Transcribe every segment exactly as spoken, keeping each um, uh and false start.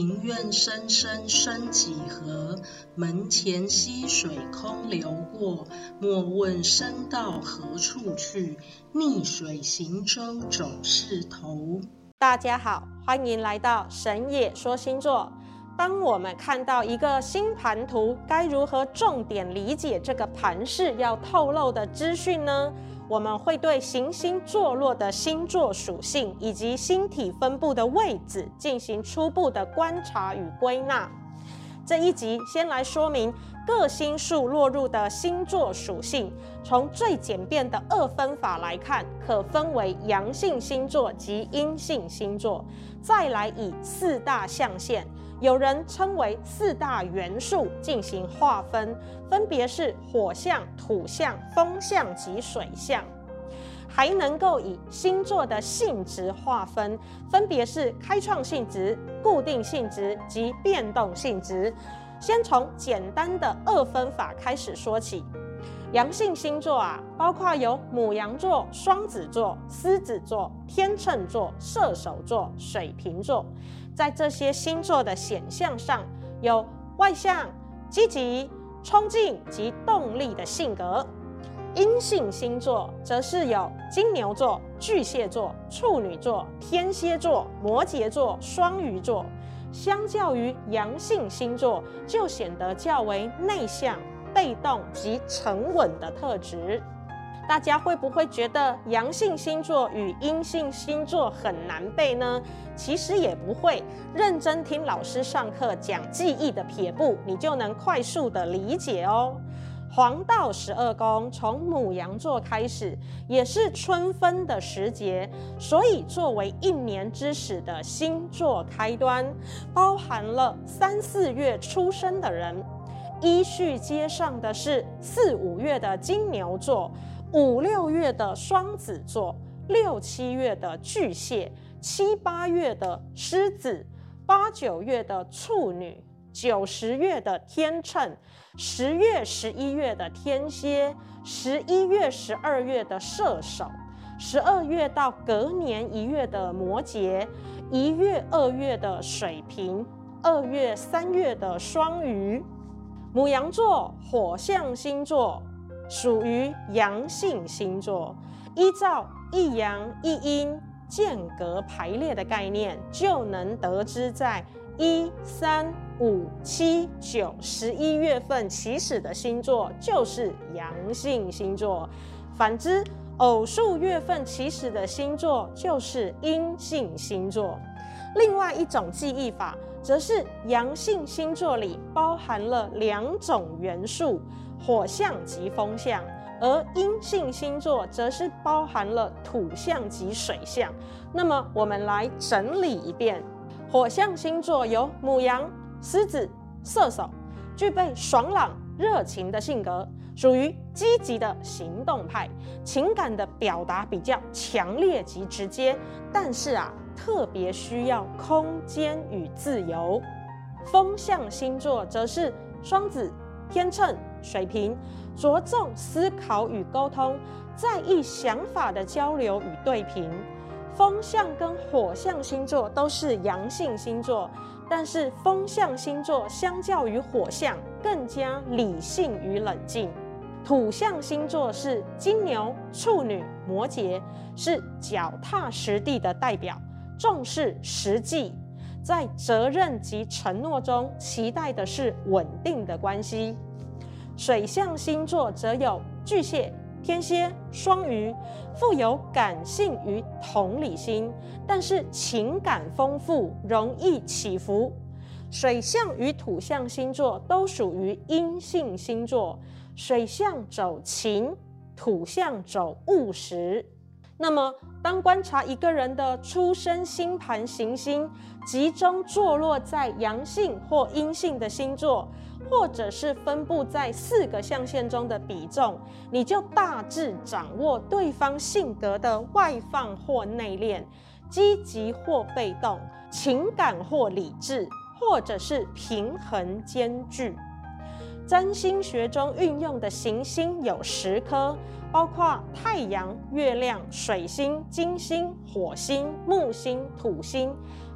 庭院深深深几何，门前溪水空流过。莫问身到何处去，逆水行舟总是头。 大家好，欢迎来到神野说星座。当我们看到一个星盘图，该如何重点理解这个盘势要透露的资讯呢？我们会对行星坐落的星座属性以及星体分布的位置进行初步的观察与归纳。这一集先来说明各星数落入的星座属性。从最简便的二分法来看，可分为阳性星座及阴性星座。再来以四大象限，有人称为四大元素进行划分，分别是火象、土象、风象及水象。还能够以星座的性质划分，分别是开创性质、固定性质及变动性质。先从简单的二分法开始说起。阳性星座啊，包括有牡羊座、双子座、狮子座、天秤座、射手座、水瓶座。在这些星座的显象上，有外向、积极、冲劲及动力的性格。阴性星座则是有金牛座、巨蟹座、处女座、天蝎座、摩羯座、双鱼座。相较于阳性星座，就显得较为内向、被动及沉稳的特质。大家会不会觉得阳性星座与阴性星座很难背呢？其实也不会，认真听老师上课讲记忆的撇步，你就能快速的理解哦。黄道十二宫从牡羊座开始，也是春分的时节，所以作为一年之始的星座开端，包含了三四月出生的人。依序接上的是四五月的金牛座，五六月的双子座，六七月的巨蟹，七八月的狮子，八九月的处女，九十月的天秤，十月十一月的天蝎，十一月十二月的射手，十二月到隔年一月的摩羯，一月二月的水瓶，二月三月的双鱼。牡羊座火象星座，属于阳性星座。依照一阳一阴间隔排列的概念，就能得知在一、三、五、七、九、十一月份起始的星座就是阳性星座，反之，偶数月份起始的星座就是阴性星座。另外一种记忆法，则是阳性星座里包含了两种元素，火象及风象，而阴性星座则是包含了土象及水象。那么我们来整理一遍。火象星座有牡羊、狮子、射手，具备爽朗、热情的性格，属于积极的行动派，情感的表达比较强烈及直接，但是啊，特别需要空间与自由。风象星座则是双子、天秤、水瓶，着重思考与沟通，在意想法的交流与对平。风象跟火象星座都是阳性星座，但是风象星座相较于火象更加理性与冷静。土象星座是金牛、处女、摩羯，是脚踏实地的代表，重视实际，在责任及承诺中期待的是稳定的关系。水象星座则有巨蟹、天蝎、双鱼，富有感性与同理心，但是情感丰富，容易起伏。水象与土象星座都属于阴性星座，水象走情，土象走务实。那么，当观察一个人的出生星盘行星集中坐落在阳性或阴性的星座，或者是分布在四个象限中的比重，你就大致掌握对方性格的外放或内敛，积极或被动，情感或理智，或者是平衡兼具。占星学中运用的行星有十颗，包括太阳、月亮、水星、金星、火星、木星、土星。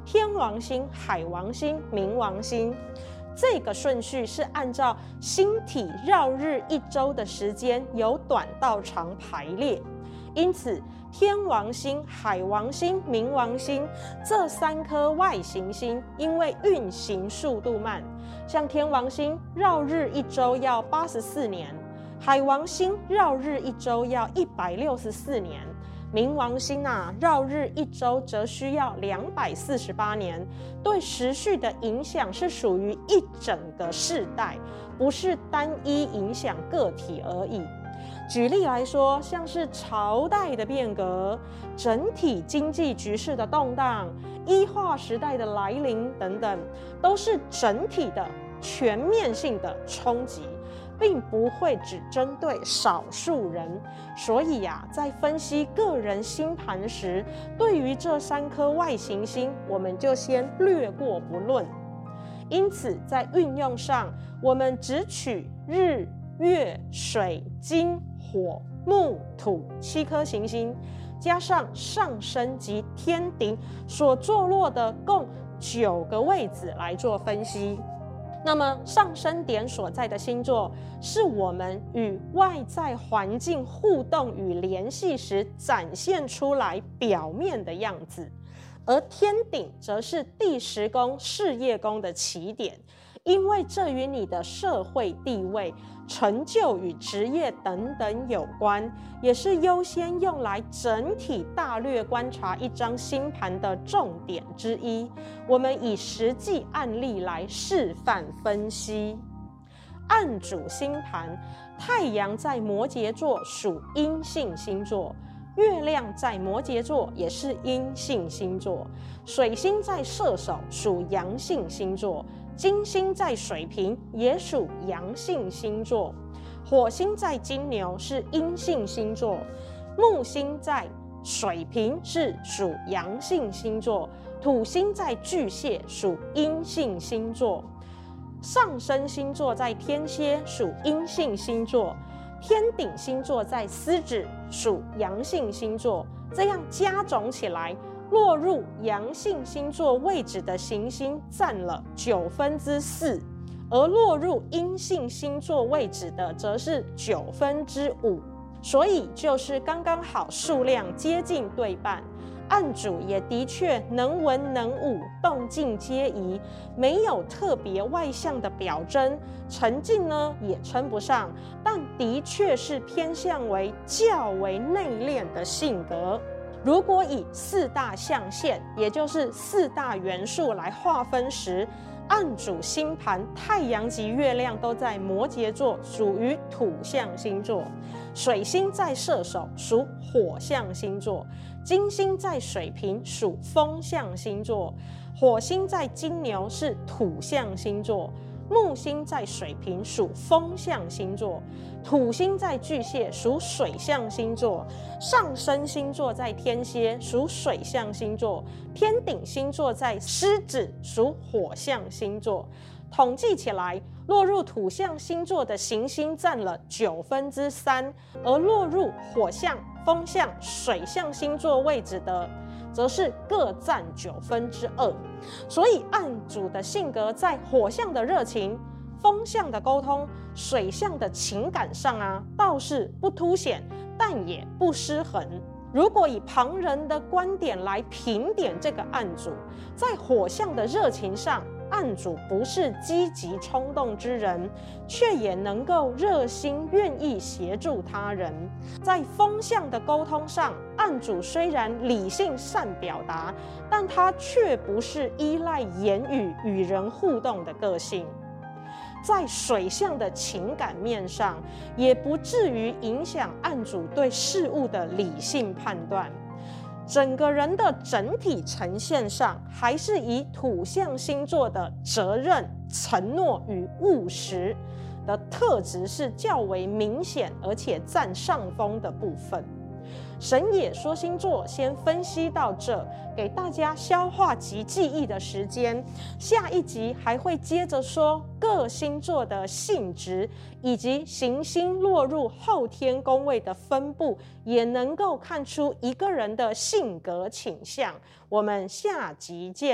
天王星、海王星、冥王星。这个顺序是按照星体绕日一周的时间由短到长排列，因此天王星、海王星、冥王星这三颗外行星因为运行速度慢，像天王星绕日一周要八十四年，海王星绕日一周要一百六十四年，冥王星啊绕日一周则需要两百四十八年，对时序的影响是属于一整个世代，不是单一影响个体而已。举例来说，像是朝代的变革、整体经济局势的动荡、一化时代的来临等等，都是整体的全面性的冲击，并不会只针对少数人。所以呀、啊，在分析个人星盘时，对于这三颗外行星，我们就先略过不论。因此，在运用上，我们只取日、月、水、金、火、木、土七颗行星，加上上升及天顶所坐落的共九个位置来做分析。那么上升点所在的星座，是我们与外在环境互动与联系时展现出来表面的样子，而天顶则是第十宫事业宫的起点，因为这与你的社会地位、成就与职业等等有关，也是优先用来整体大略观察一张星盘的重点之一。我们以实际案例来示范分析。案主星盘，太阳在摩羯座属阴性星座，月亮在摩羯座也是阴性星座，水星在射手属阳性星座，金星在水瓶也属阳性星座，火星在金牛是阴性星座，木星在水瓶是属阳性星座，土星在巨蟹属阴性星座，上升星座在天蝎属阴性星座，天顶星座在狮子属阳性星座。这样加总起来，落入阳性星座位置的行星占了九分之四，而落入阴性星座位置的则是九分之五，所以就是刚刚好，数量接近对半。案主也的确能文能武，动静皆宜，没有特别外向的表征，沉静呢也称不上，但的确是偏向为较为内敛的性格。如果以四大象限，也就是四大元素来划分时，案主星盘太阳及月亮都在摩羯座，属于土象星座；水星在射手，属火象星座；金星在水瓶，属风象星座；火星在金牛，是土象星座；木星在水瓶，属风象星座；土星在巨蟹，属水象星座；上升星座在天蝎，属水象星座；天顶星座在狮子，属火象星座。统计起来，落入土象星座的行星占了九分之三，而落入火象、风象、水象星座位置的，则是各占九分之二。所以案主的性格在火象的热情、风象的沟通、水象的情感上啊，倒是不凸显，但也不失衡。如果以旁人的观点来评点这个案主，在火象的热情上，案主不是积极冲动之人，却也能够热心愿意协助他人。在风象的沟通上，案主虽然理性善表达，但他却不是依赖言语与人互动的个性。在水象的情感面上，也不至于影响案主对事物的理性判断。整个人的整体呈现上，还是以土象星座的责任、承诺与务实的特质是较为明显，而且占上风的部分。神野说星座先分析到这，给大家消化及记忆的时间。下一集还会接着说各星座的性质，以及行星落入后天宫位的分布，也能够看出一个人的性格倾向。我们下集见。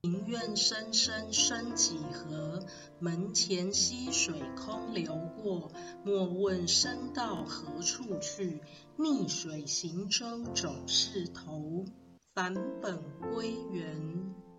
庭院深深深几何，门前溪水空流过。莫问身到何处去，逆水行舟总是头。返本归元。